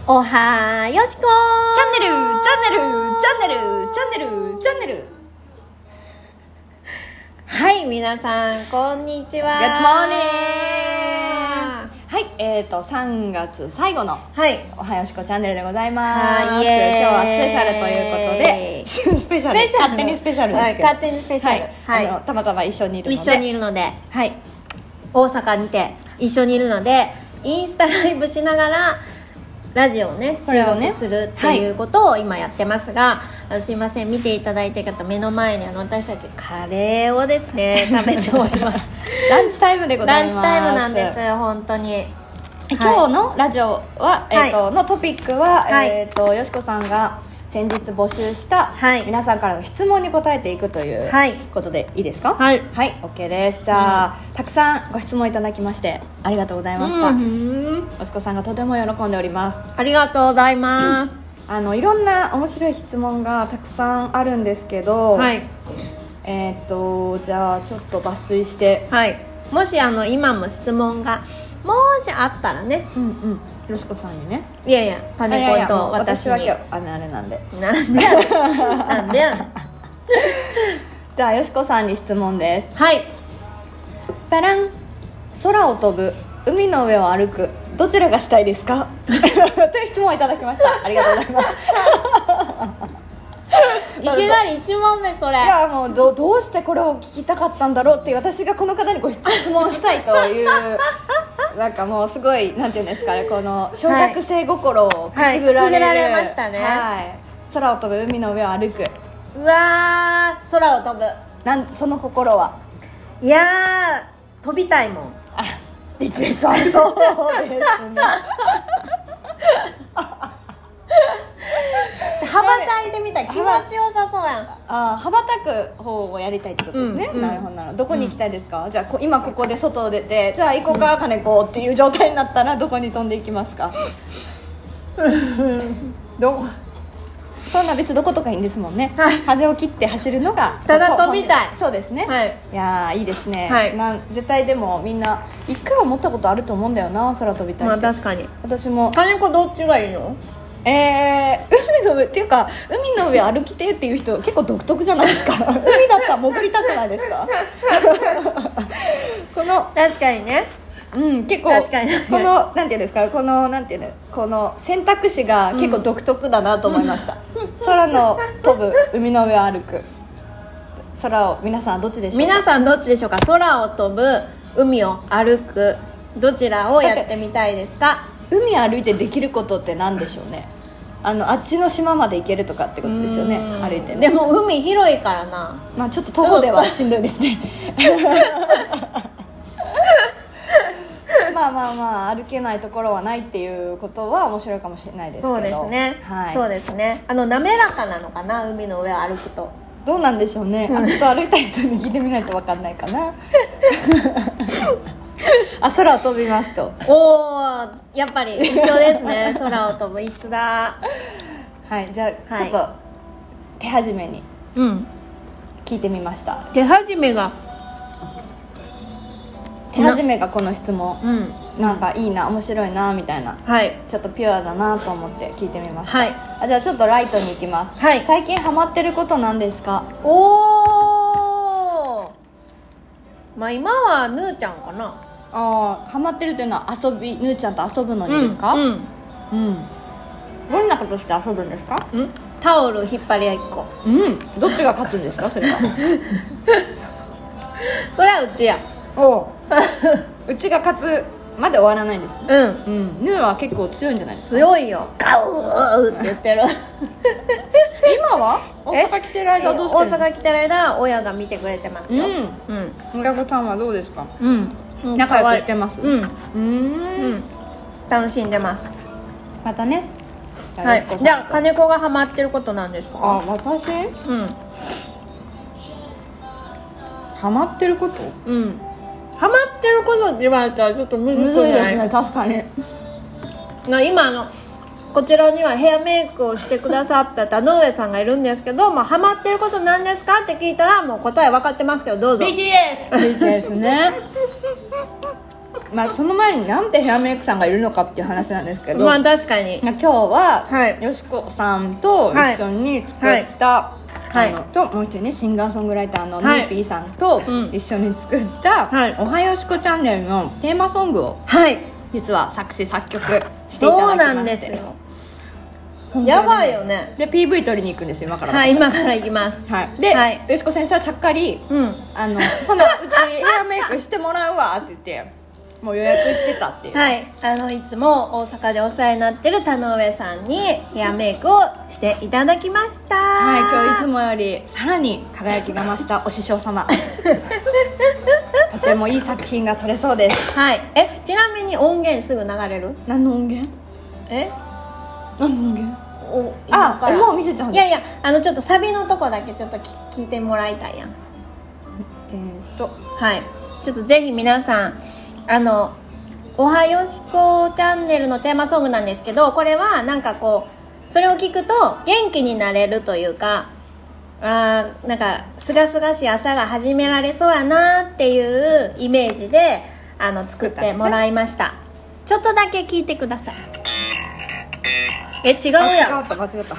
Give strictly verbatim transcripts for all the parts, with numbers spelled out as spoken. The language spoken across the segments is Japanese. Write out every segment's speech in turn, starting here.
おはよしこチャンネルチャンネルチャンネルチャンネルチャンネル。 はい、皆さんこんにちは。 Good morning。 はい、えーとさんがつ最後のはいおはよしこチャンネルでございます。 はい、 今日はスペシャルということでスペシャルスペシャル勝手にスペシャルですけど、 はい、勝手にスペシャル、 はいはい、 あのたまたま一緒にいるので一緒にいるので、 はい、 大阪にて一緒にいるのでインスタライブしながらラジオをね収これをね録するっていうことを今やってますが、はい、すいません、見ていただいてる方目の前にあの私たちカレーをですね食べておりますランチタイムでございます。 ランチタイムなんです本当に。 今日のラジオは、はい、えーとのトピックは、 はい、 えーとよしこさんが先日募集した皆さんからの質問に答えていくということでいいですか？ はい、 はい、OK です。じゃあ、うん、たくさんご質問いただきましてありがとうございました。よしこさんがとても喜んでおります。 ありがとうございます、 うん、あのいろんな面白い質問がたくさんあるんですけど、 はい、 えっ、ー、とじゃあちょっと抜粋して、 はい、もしあの今も質問がもしあったらね、 うんうん、よしこさんにね。 いやいや、金子と私に。 私は今日あれあれなんで。 なんでやねんなんでやねんじゃあよしこさんに質問です。 はい。 パラン。空を飛ぶ、海の上を歩く、どちらがしたいですか？という質問をいただきました。ありがとうございますいきなりいち問目それ。 いやもう ど, どうしてこれを聞きたかったんだろうっていう、私がこの方にご質問したいというなんかもうすごいなんていうんですかね、この小学生心をくすぐられる、 はいはい、くすぐられましたね、 はい、空を飛ぶ、海の上を歩く。 うわー、空を飛ぶ、 なんその心は。 いやー、飛びたいもん。 あ、実際そうですね羽ばたいてみたい、気持ちよさそうやん。 あ、羽ばたく方をやりたいってことですね、うん、なるほどなるほど。どこに行きたいですか？うん、じゃあこ今ここで外出て、じゃあ行こうか、金子っていう状態になったらどこに飛んでいきますか？どそんな別どことかいいんですもんね、はい、風を切って走るのがただ飛びたい。 そうですね、 はい、 いやいいですね、 はい、 なん絶対でもみんな一回は思ったことあると思うんだよな、空飛びたいって。 まあ確かに。 私も。 金子どっちがいいの？ えー、海の上っていうか海の上歩きてっていう人結構独特じゃないですか海だったら潜りたくないですかこの確かにね、 うん、結構確かにこのなんていうんですか、このなんていうの、この選択肢が結構独特だなと思いました、うん、空の飛ぶ、海の上を歩く。空を皆さんどっちでしょうか？ 皆さんどっちでしょうか？空を飛ぶ、海を歩く、どちらをやってみたいですか？ 海歩いてできることって何でしょうね。あのあっちの島まで行けるとかってことですよね、歩いてね。 でも海広いからな、 まあ、ちょっと徒歩ではしんどいですねまあまあまあ歩けないところはないっていうことは面白いかもしれないですけど。 そうですね、はい、そうですね。あの滑らかなのかな、海の上を歩くと。 どうなんでしょうね、あちょっと歩いた人に聞いてみないと分かんないかなあ、空を飛びますと。 おお、やっぱり一緒ですね空を飛ぶ、一緒だ。 はい、じゃあ、はい、ちょっと手始めに聞いてみました、 うん、手始めが手始めがこの質問、 うん、 なんかいいな、面白いなみたいな、はい、ちょっとピュアだなと思って聞いてみました、はい、あ、じゃあちょっとライトに行きます、はい、最近ハマってることなんですか？ おー、まあ今はヌーちゃんかな。 あ、ハマってるというのは遊び、ヌーちゃんと遊ぶのにですか？うん、うんうん、どんなことして遊ぶんですか？ん、 タオル引っ張り合いっこ。 うん、どっちが勝つんですかそれはそれはうちや。 おうちが勝つまで終わらないんですね。うん、うん、ヌーは結構強いんじゃないですか？ 強いよ、ガウーって言ってる今は大阪来てる間どうしてるの？ 大阪来てる間親が見てくれてますよ。うん、 うん、村子さんはどうですか？ うん、 仲良くしてます？うん、 うん、うん、楽しんでます。 またね。 はい、じゃあ金子がハマってることなんですか？ あ、私？うん、ハマってること？うん、 ハマってることって言われたらちょっと難しいですね。確かに。 今あのこちらにはヘアメイクをしてくださった田上さんがいるんですけど、まあ、ハマってることなんですかって聞いたらもう答え分かってますけど、どうぞ。 ビーティーエス ビーティーエス ねまあ、その前になんてヘアメイクさんがいるのかっていう話なんですけど、 まあ確かに今日は、 はい、 よしこさんと一緒に作った、はいはい、あのともう一人ねシンガーソングライターのヌーピーさんと一緒に作った、はい、おはよしこチャンネルのテーマソングを、はい、実は作詞作曲していただきまして、 そうなんですよ。やばいよね。 で ピーブイ 撮りに行くんですよ今から。 はい、今から行きます。 はい、で、はい、よしこ先生はちゃっかり、うん、あの今度うちヘアメイクしてもらうわって言ってもう予約してたっていう。 はい、あのいつも大阪でお世話になってる田上さんにヘアメイクをしていただきました。 はい、今日いつもよりさらに輝きが増したお師匠様とてもいい作品が撮れそうです。 はい。え、ちなみに音源すぐ流れる？ 何の音源？ え？ 何の音源？ おあ、もう見せちゃうんです。いやいや、あのちょっとサビのとこだけちょっと聞いてもらいたいやん。 えー、っとはい、ちょっとぜひ皆さん、あのおはよしこチャンネルのテーマソングなんですけど、これはなんかこうそれを聞くと元気になれるというか、あーなんかすがすがしい朝が始められそうやなっていうイメージであの作ってもらいました。ちょっとだけ聞いてください。え、違うやん。 間違った間違った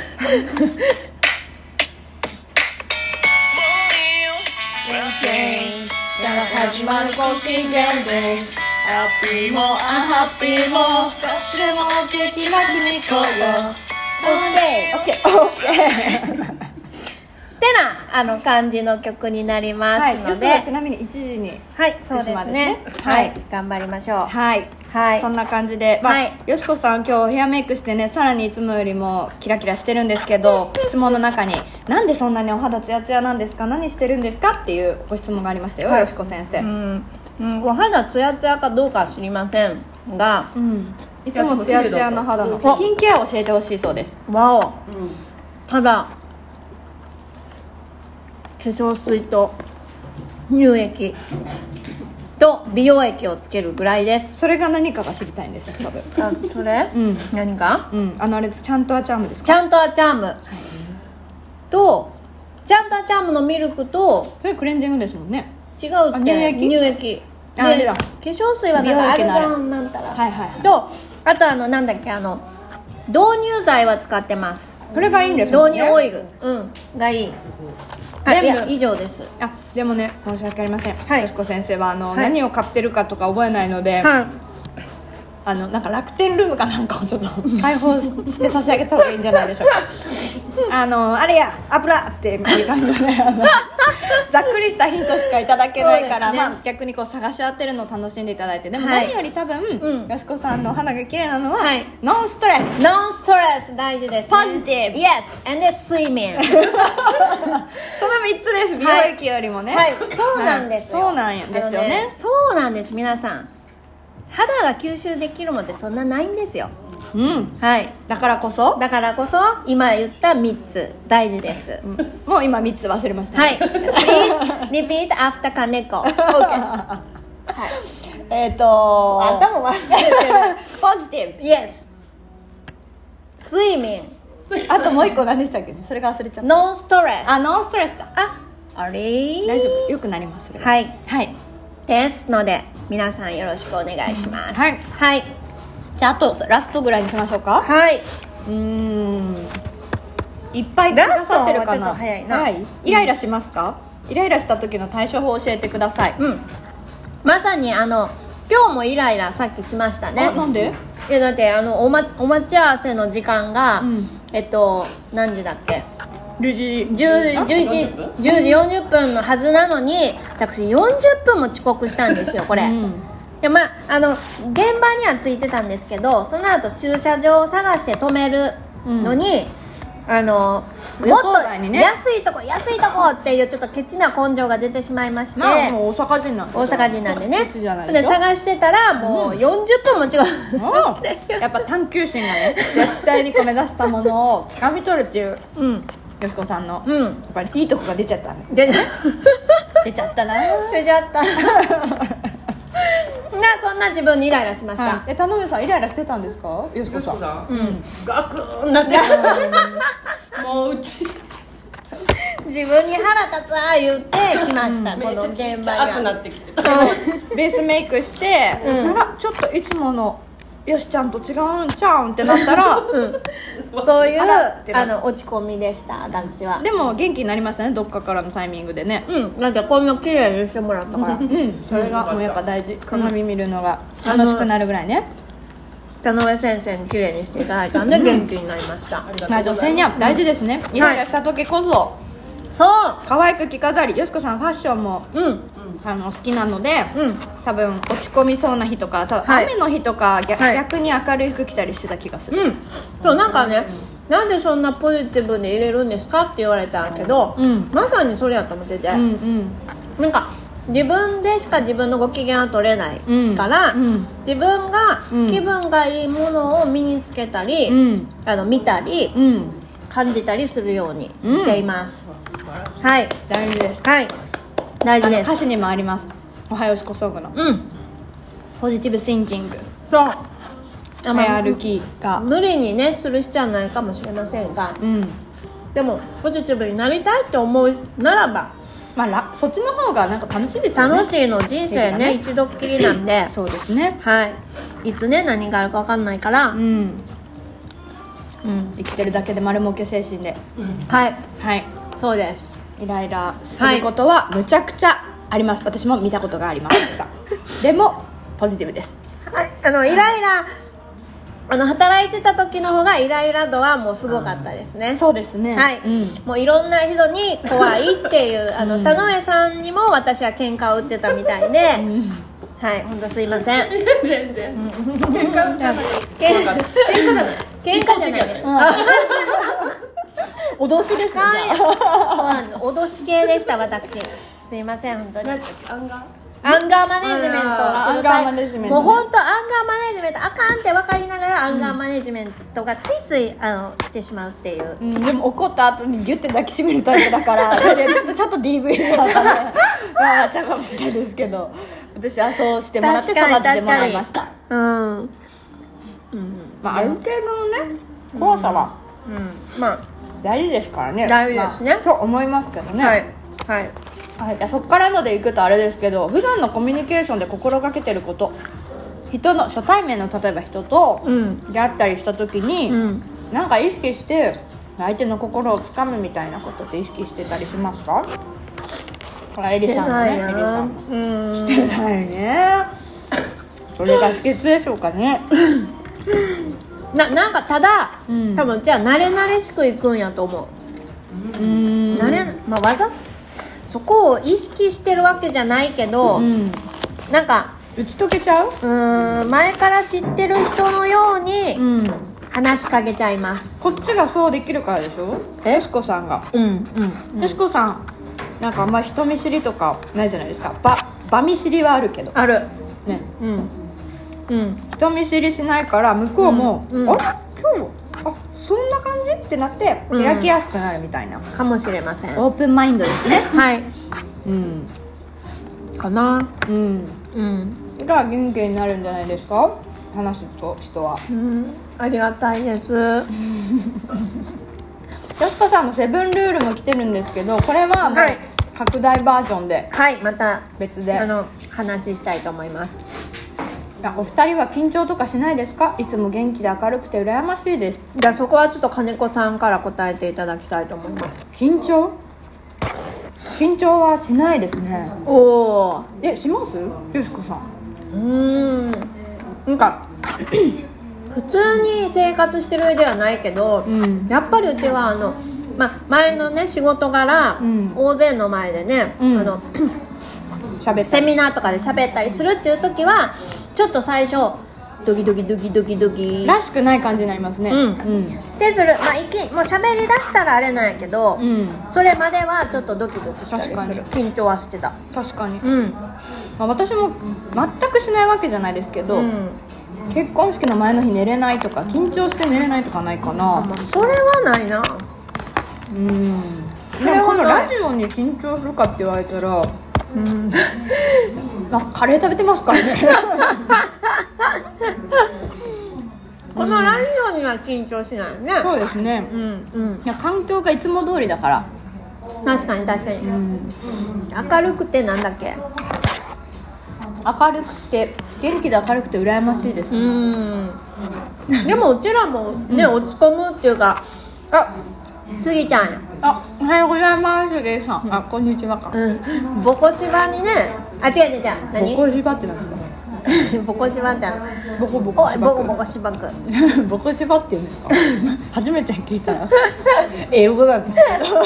始まるご機嫌です。ハッピーもアンハッピーも少しでも激楽に行こうよ。 オッケーオッケーオッケーってなあの感じの曲になりますので、 はい、ちなみにいちじに、 はい、そうですね、はい、はい、頑張りましょう。 はい、はい、そんな感じで、まあ、はい、よしこさん今日ヘアメイクしてね、さらにいつもよりもキラキラしてるんですけど質問の中になんでそんなにお肌ツヤツヤなんですか、何してるんですかっていうご質問がありましたよ、はい、よしこ先生。うん、 うん、お肌ツヤツヤかどうかは知りませんが、うん、 いつもツヤツヤの肌のスキンケアを教えてほしいそうです。 わお、うん、ただ化粧水と乳液と美容液をつけるぐらいです。 それが何かが知りたいんです多分。 あ、それ、うん、何か、 うん、あのあれちゃんとはチャームですか。 ちゃんとはチャーム、はい、とちゃんとはチャームのミルクと、 それクレンジングですもんね。 違うって、乳液乳液ああれだ、 化粧水はなんかアルガンなんたら、はいはいはい、とあとあのなんだっけ、あの導入剤は使ってます。 これがいいんですよね。 導入オイル、うんがいい。はい、いや以上です。 あ、でもね申し訳ありません、はい、よしこ先生はあの、はい、何を買ってるかとか覚えないので、はい、あのなんか楽天ルームかなんかをちょっと開放して差し上げた方がいいんじゃないでしょうかあのあれや油っていう感じで、ね、ざっくりしたヒントしかいただけないから、ね、まあ、逆にこう探し当てるのを楽しんでいただいて、でも何より多分、はい、よしこさんの肌が綺麗なのは、はい、ノンストレスノンストレス大事ですね。 ポジティブ Yes and the 睡眠そのみっつです。美容液よりもね、 はい、はい、そうなんですよ、 はい、そうなんですよね。 そうなんです。皆さん肌が吸収できるものってそんなないんですよ。 うん、 はい、 だからこそだからこそ今言ったみっつ大事です、うん、 もう今みっつ忘れましたね。 はいPlease repeat after 金子 OK はい、 えっ、ー、とあんたも忘れてるポジティブ Yes 睡眠あともう一個何でしたっけ、ね、それが忘れちゃった。 ノンストレス。 あ、ノンストレスだ。 あ、あれ大丈夫、よくなります。それははい、 はい、 ですので皆さんよろしくお願いします、うん、 はい、 はい、 じゃああとラストぐらいにしましょうか。 はい、 うーん、いっぱいくださってるかな。 ラストはちょっと早いな、 はい、イライラしますか、うん、イライラした時の対処法を教えてください。 うん、まさにあの今日もイライラさっきしましたね。 あ、なんで？ いやだってあの お, ま、お待ち合わせの時間が、うん、えっと何時だっけ、 じゅうじじゅうじよんじゅっぷんのはずなのに私よんじゅっぷんも遅刻したんですよこれ、うん、でまああの現場には着いてたんですけど、その後駐車場を探して止めるのに、うん、あのもっと安いとこ安いとこっていうちょっとケチな根性が出てしまいまして、 まあ、もう大阪人なんで大阪人なんでねで探してたらもうよんじゅっぷんも違う、 うん、やっぱ探求心がね絶対にこう目指したものを掴み取るっていう、うん、よしこさんの、うん、やっぱりいいとこが出ちゃったね。 出出ちゃったな出ちゃったそんな自分にイライラしました、はい、 え、田上さんイライラしてたんですか、よしこさん。 うん、ガクーンなってもううち自分に腹立つわ言って来ました、この現場に。 めっちゃちっちゃくなってきてた。 ベースメイクして、 うんならちょっといつものよしちゃんと違うんちゃうんってなったら、 うん、そういうあらってなあの落ち込みでした、私は。 でも元気になりましたね、どっかからのタイミングでね。 うんだってこんな綺麗にしてもらったからうんそれがもうやっぱ大事、鏡見るのが楽しくなるぐらいね。 田上先生に綺麗にしていただいたんで元気になりました。 まあ女性には大事ですね、イライラした時こそそう可愛く着飾り、よしこさんファッションもうんあの好きなので、 うん多分落ち込みそうな日とか、多分はい雨の日とか逆,、 はい逆に明るい服着たりしてた気がする。 うんそうなんかね、なんでそんなポジティブに入れるんですかって言われたんやけど、 うんまさにそれやと思ってて、 うんうんなんか自分でしか自分のご機嫌は取れないから、 うんうん自分がうん気分がいいものを身につけたり、 うんあの見たり、 うん感じたりするようにしています、はい大事です。 はい大事ですあの歌詞にもあります、おはよしこソングのうんポジティブシンキング、 そうあ早歩きが、 無理にねする必要はないかもしれませんが、 うんでもポジティブになりたいって思うならばまあらそっちの方がなんか楽しいですよね。 楽しいの人生ね一度っきりなんでそうですね。 はいいつね何があるか分かんないから、 うんうん生きてるだけで丸儲け精神で、 はいはいそうですイライラすることはむちゃくちゃあります、私も見たことがありますたくさんでもポジティブです。 はいあのイライラあの働いてた時の方がイライラ度はもうすごかったですね。 そうですね、 はい、 うんもういろんな人に怖いっていうあの田上さんにも私は喧嘩を売ってたみたいで、はい本当すいません。 全然喧嘩じゃない、 喧喧嘩じゃない、 喧嘩じゃないね。 脅しですね、 はいそうなんです脅し系でした私。すいません本当に。 アンガーアンガーマネジメントをするアンガーマネジメントねもう本当アンガーマネジメントあかんって分かりながら、アンガーマネジメントがついついあのしてしまうっていう、 うん、でも怒った後にギュッて抱きしめるタイプだからでちょっとちょっと ディーブイ なんかね笑っちゃうかもしれないですけど、私はそうしてもらって育ててもらいました。 うん、うん、 まあ、ある程度のね怖さはうん、ま大事ですからね、 大事ですねまあと思いますけどね。 あはいはいはい、じゃあそこからのでいくとあれですけど、普段のコミュニケーションで心がけてること、人の初対面の例えば人とうん出会ったりした時に、 うんなんか意識して相手の心をつかむみたいなことって意識してたりしますか？これエリさんのね、エリさんもうんしてないね。それが秘訣でしょうかね。 ななんかただ、 うん多分じゃあ慣れ慣れしくいくんやと思う、 うーん慣れまあわざそこを意識してるわけじゃないけど、 うんなんか打ち解けちゃう？ うーん前から知ってる人のようにうん。 話しかけちゃいます。 こっちがそうできるからでしょ？ えよしこさんが。 うんうん、 よしこさんなんかあんまり人見知りとかないじゃないですか。ば場見知りはあるけどあるね、 うんうん人見知りしないから向こうも、 うんうんあれ今日あそんな感じってなってうん開きやすくなるみたいな、 かもしれません、 オープンマインドですね。 はいうんかなうんうん、 が元気になるんじゃないですか、話すと人は。 うん、ありがたいですよしこさんのセブンルールも来てるんですけど、これはもうはい拡大バージョンではいまた別で、 あの話したいと思います。 お二人は緊張とかしないですか？いつも元気で明るくて羨ましいです。 じゃあそこはちょっと金子さんから答えていただきたいと思います。 緊張緊張はしないですね。 おおえ、します？よしこさん。 うーんなんか普通に生活してる上ではないけど、 うんやっぱりうちはあの、ま、前のね仕事柄、 うん大勢の前でね、 うんあの喋ってセミナーとかで喋ったりするっていう時はちょっと最初ドキドキドキドキドキらしくない感じになりますね。 うんうんでする、まあ、いきもう喋りだしたらあれなんやけど、 うんそれまではちょっとドキドキしたりする。 確か緊張はしてた。 確かに、 うんまあ、私も全くしないわけじゃないですけど、 うん結婚式の前の日寝れないとか緊張して寝れないとかないかな。 あ、まあ、それはないな。 うんそれはでもこのないラジオに緊張するかって言われたら、 うんあ、カレー食べてますからねこのラジオには緊張しないよね。 そうですね、 うんうんいや環境がいつも通りだから確かに確かに、 うん、 明るくてなんだっけ、 明るくて元気で明るくて羨ましいです。 うん、でもうちらもね、うん、落ち込むっていうか、あ、つぎちゃんや。 あ、おはようございます、レイさん、うん、あ、こんにちはか、 うん、ボコシバにね、あ、違う違う違う、何ボコシバって何ですか？ ボコシバってあのボコボコシバボコボコシバくボコシバって言うんですか？初めて聞いたよ。英語なんですけど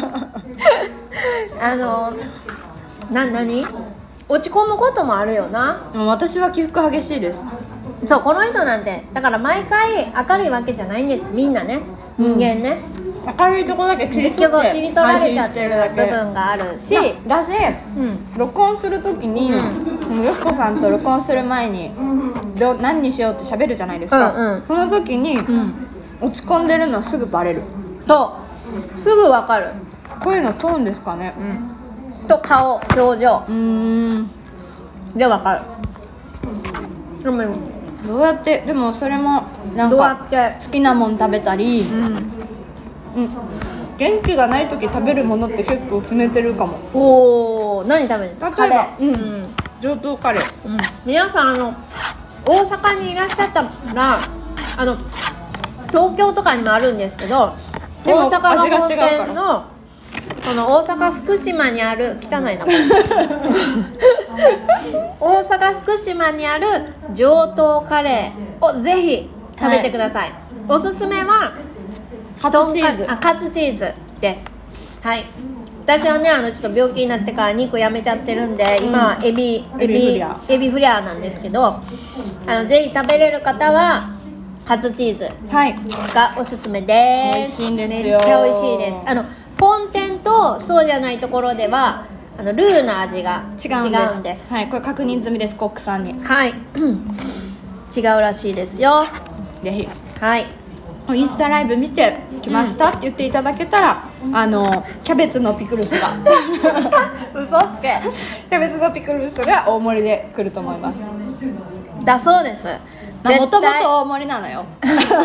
あのな、何落ち込むこともあるよな。 私は起伏激しいです。 そう、この人なんてだから毎回明るいわけじゃないんです、みんなね、人間ね、 うん、明るいとこだけ切り取って切り取られちゃってる部分があるし、 だし、うん、録音するときに、うん、よしこさんと録音する前にど何にしようって喋るじゃないですか、うんうん、その時に、うん、落ち込んでるのすぐバレる。 そうすぐわかる。 声のトーンですかね、 うん、と顔、表情、うーんでわかる。でもどうやって、でもそれもなんか好きなもん食べたり、うんうん、元気がない時食べるものって結構決めてるかも。 おお、何食べるんですか？カレー、 うんうん、上等カレー、 うん、皆さんあの大阪にいらっしゃったら、あの東京とかにもあるんですけど、大阪の本店のこの大阪福島にある、汚いな大阪福島にある上等カレーをぜひ食べてください、はい、おすすめはカツチーズ、 あ、カツチーズです。はい、私はね、あのちょっと病気になってから肉やめちゃってるんで、今はエビ、エビ、エビフリャーなんですけど、あのぜひ食べれる方はカツチーズがおすすめです。 美味しいんですよ。 めっちゃ美味しいです。あの本店とそうじゃないところではあのルーの味が違うんです。 はい、これ確認済みです、コックさんに。 はい違うらしいですよ。 ぜひ、 はい、 インスタライブ見てきましたって言っていただけたら、うん、あのキャベツのピクルスが嘘つけ、キャベツのピクルスが大盛りで来ると思います。 だそうです。 もともと大盛りなのよ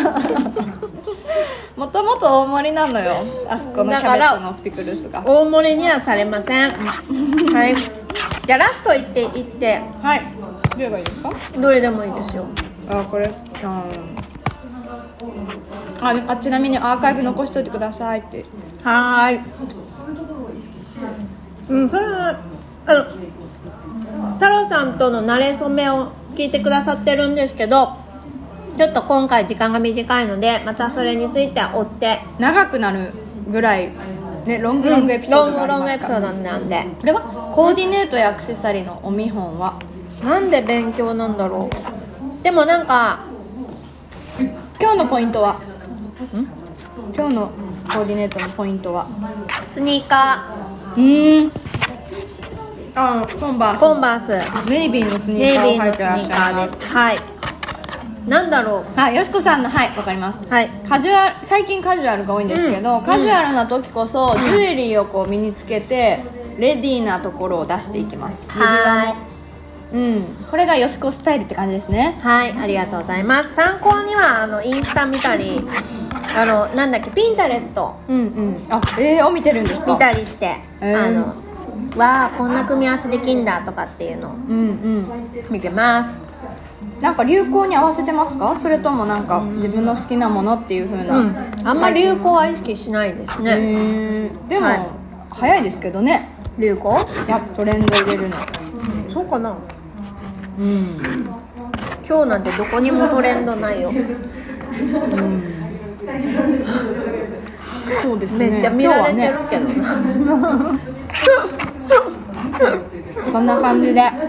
もともと大盛りなのよ、あそこのキャベツのピクルスが。 大盛りにはされませんはい、じゃあラストいっていって。 はい、どれがいいですか？ どれでもいいですよ。 あ、これ、うん、あ, あちなみにアーカイブ残しておいてくださいって。 はーい、うん、それはあの太郎さんとの馴れ初めを聞いてくださってるんですけど、ちょっと今回時間が短いので、またそれについて追って長くなるぐらい、ね、ロングロングエピソードがありますから、うん、ロングロングエピソードなんで。これはコーディネートやアクセサリーのお見本はなんで勉強なんだろう。でもなんか今日のポイントは、ん今日のコーディネートのポイントはスニーカー。うーん、あ、コンバース、 コンバース、 ネイビーのスニーカーを履いてらっしゃいます。ネイビーのスニーカーです。はい、なんだろう。 あ、 よしこさんの、はい、わかります、 はい、 カジュアル、最近カジュアルが多いんですけど、うん、カジュアルな時こそ、うん、ジュエリーをこう身につけてレディーなところを出していきます。 はい、 うん、これがよしこスタイルって感じですね。 はい、ありがとうございます。参考にはあのインスタ見たり、あのなんだっけ、ピンタレスト、 うんうん、あ、えー、を見てるんですか？ 見たりして、えー、あのわあこんな組み合わせできんだとかっていうのを見てます、 うんうん、なんか流行に合わせてますか？それともなんか自分の好きなものっていう風な、うん、 あんま流行は意識しないですね。 へー、でも、はい、早いですけどね、 流行、 いやトレンド入れるの。 そうかな、うん、今日なんてどこにもトレンドないよ、うん、 そうですね、 めっちゃ見られてるけどな、ねそんな感じで、 はい、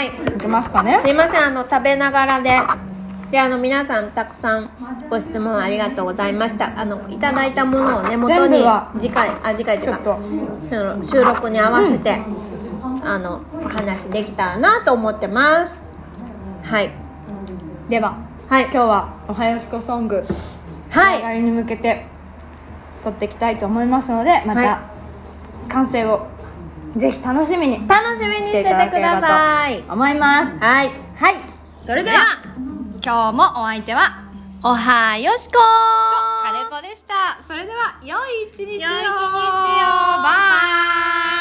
いけますかね。 すいません、あの食べながらでであの皆さんたくさんご質問ありがとうございました。あのいただいたものをね元に次回あ次回というかその収録に合わせて、うん、あのお話できたらなと思ってます。はい、 では、はい、今日はおはよしこソング、 はい、 上がりに向けて撮っていきたいと思いますので、また完成をぜひ楽しみに楽しみにしててください思います。 はい、 はい、それでは今日もお相手はおはよしこ金子でした。それでは良い一日を。 良い一日をバイ